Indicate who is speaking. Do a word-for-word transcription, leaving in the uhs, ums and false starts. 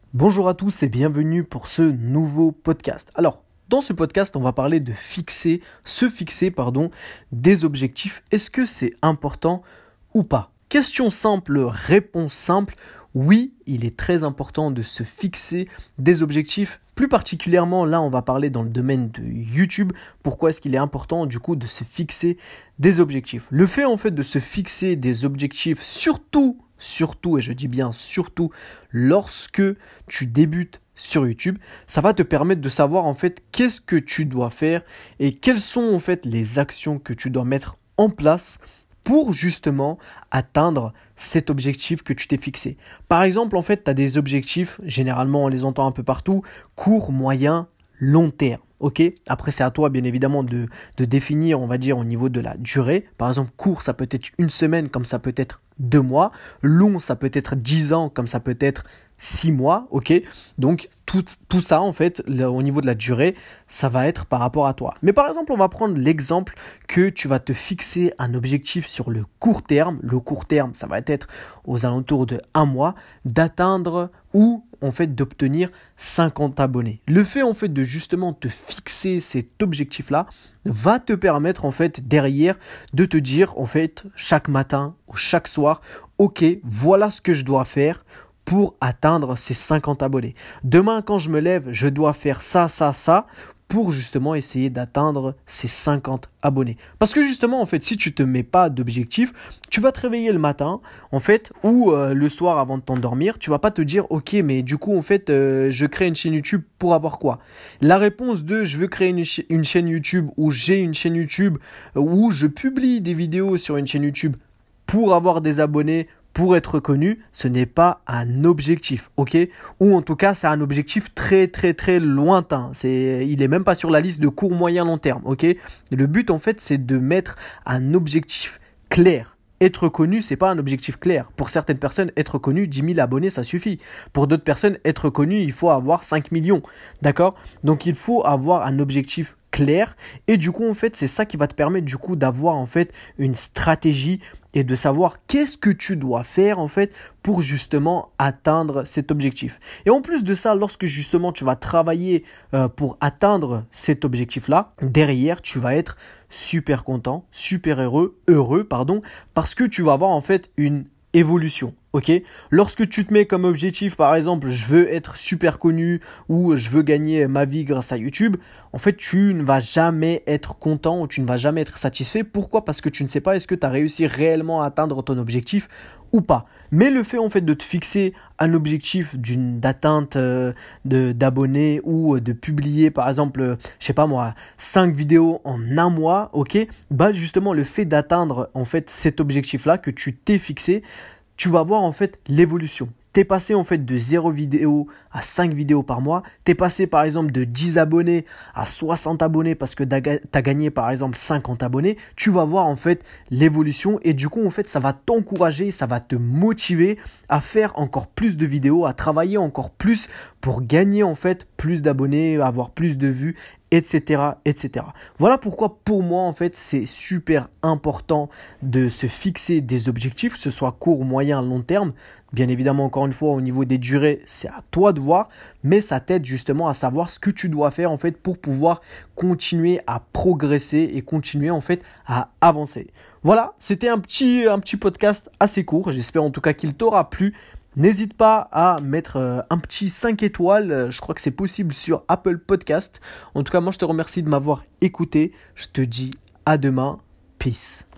Speaker 1: Bonjour à tous et bienvenue pour ce nouveau podcast. Alors, dans ce podcast, on va parler de fixer, se fixer, pardon, des objectifs. Est-ce que c'est important ou pas? Question simple, réponse simple. Oui, il est très important de se fixer des objectifs. Plus particulièrement, là, on va parler dans le domaine de YouTube. Pourquoi est-ce qu'il est important, du coup, de se fixer des objectifs? Le fait, en fait, de se fixer des objectifs, surtout Surtout, et je dis bien surtout, lorsque tu débutes sur YouTube, ça va te permettre de savoir en fait qu'est-ce que tu dois faire et quelles sont en fait les actions que tu dois mettre en place pour justement atteindre cet objectif que tu t'es fixé. Par exemple, en fait, tu as des objectifs, généralement on les entend un peu partout, court, moyen, long terme. Ok, après c'est à toi bien évidemment de, de définir, on va dire, au niveau de la durée. Par exemple, court, ça peut être une semaine comme ça peut être deux mois. Long, ça peut être dix ans comme ça peut être six mois. Ok, donc tout, tout ça en fait, le, au niveau de la durée, ça va être par rapport à toi. Mais par exemple, on va prendre l'exemple que tu vas te fixer un objectif sur le court terme. Le court terme, ça va être aux alentours de un mois, d'atteindre ou en fait d'obtenir cinquante abonnés. Le fait en fait de justement te fixer cet objectif-là va te permettre en fait derrière de te dire en fait chaque matin ou chaque soir, ok, voilà ce que je dois faire pour atteindre ces cinquante abonnés. Demain quand je me lève, je dois faire ça, ça, ça pour justement essayer d'atteindre ces cinquante abonnés. Parce que justement, en fait, si tu te mets pas d'objectif, tu vas te réveiller le matin, en fait, ou euh, le soir avant de t'endormir, tu vas pas te dire, ok, mais du coup, en fait, euh, je crée une chaîne YouTube pour avoir quoi? La réponse de, je veux créer une, ch- une chaîne YouTube ou j'ai une chaîne YouTube ou je publie des vidéos sur une chaîne YouTube pour avoir des abonnés, pour être connu, ce n'est pas un objectif, ok? Ou en tout cas, c'est un objectif très très très lointain. C'est, il est même pas sur la liste de court, moyen, long terme, ok? Le but en fait, c'est de mettre un objectif clair. Être connu, c'est pas un objectif clair. Pour certaines personnes, être connu, dix mille abonnés, ça suffit. Pour d'autres personnes, être connu, il faut avoir cinq millions, d'accord? Donc il faut avoir un objectif clair et du coup en fait c'est ça qui va te permettre du coup d'avoir en fait une stratégie et de savoir qu'est-ce que tu dois faire en fait pour justement atteindre cet objectif. Et en plus de ça, lorsque justement tu vas travailler euh, pour atteindre cet objectif-là, derrière tu vas être super content, super heureux, heureux pardon, parce que tu vas avoir en fait une évolution. Ok, lorsque tu te mets comme objectif, par exemple, je veux être super connu ou je veux gagner ma vie grâce à YouTube, en fait, tu ne vas jamais être content ou tu ne vas jamais être satisfait. Pourquoi? Parce que tu ne sais pas est-ce que tu as réussi réellement à atteindre ton objectif ou pas. Mais le fait en fait de te fixer un objectif d'une d'atteinte euh, de d'abonnés ou de publier par exemple, euh, je sais pas moi, cinq vidéos en un mois, ok, bah justement le fait d'atteindre en fait cet objectif-là que tu t'es fixé, tu vas voir en fait l'évolution. T'es passé en fait de zéro vidéo à cinq vidéos par mois. T'es passé par exemple de dix abonnés à soixante abonnés parce que t'as gagné par exemple cinquante abonnés. Tu vas voir en fait l'évolution et du coup en fait ça va t'encourager, ça va te motiver à faire encore plus de vidéos, à travailler encore plus pour gagner en fait plus d'abonnés, avoir plus de vues, et cetera, et cetera. Voilà pourquoi pour moi en fait c'est super important de se fixer des objectifs, que ce soit court, moyen, long terme. Bien évidemment, encore une fois, au niveau des durées, c'est à toi de voir, mais ça t'aide justement à savoir ce que tu dois faire en fait pour pouvoir continuer à progresser et continuer en fait à avancer. Voilà, c'était un petit, un petit podcast assez court. J'espère en tout cas qu'il t'aura plu. N'hésite pas à mettre un petit cinq étoiles, je crois que c'est possible sur Apple Podcast. En tout cas, moi je te remercie de m'avoir écouté. Je te dis à demain. Peace.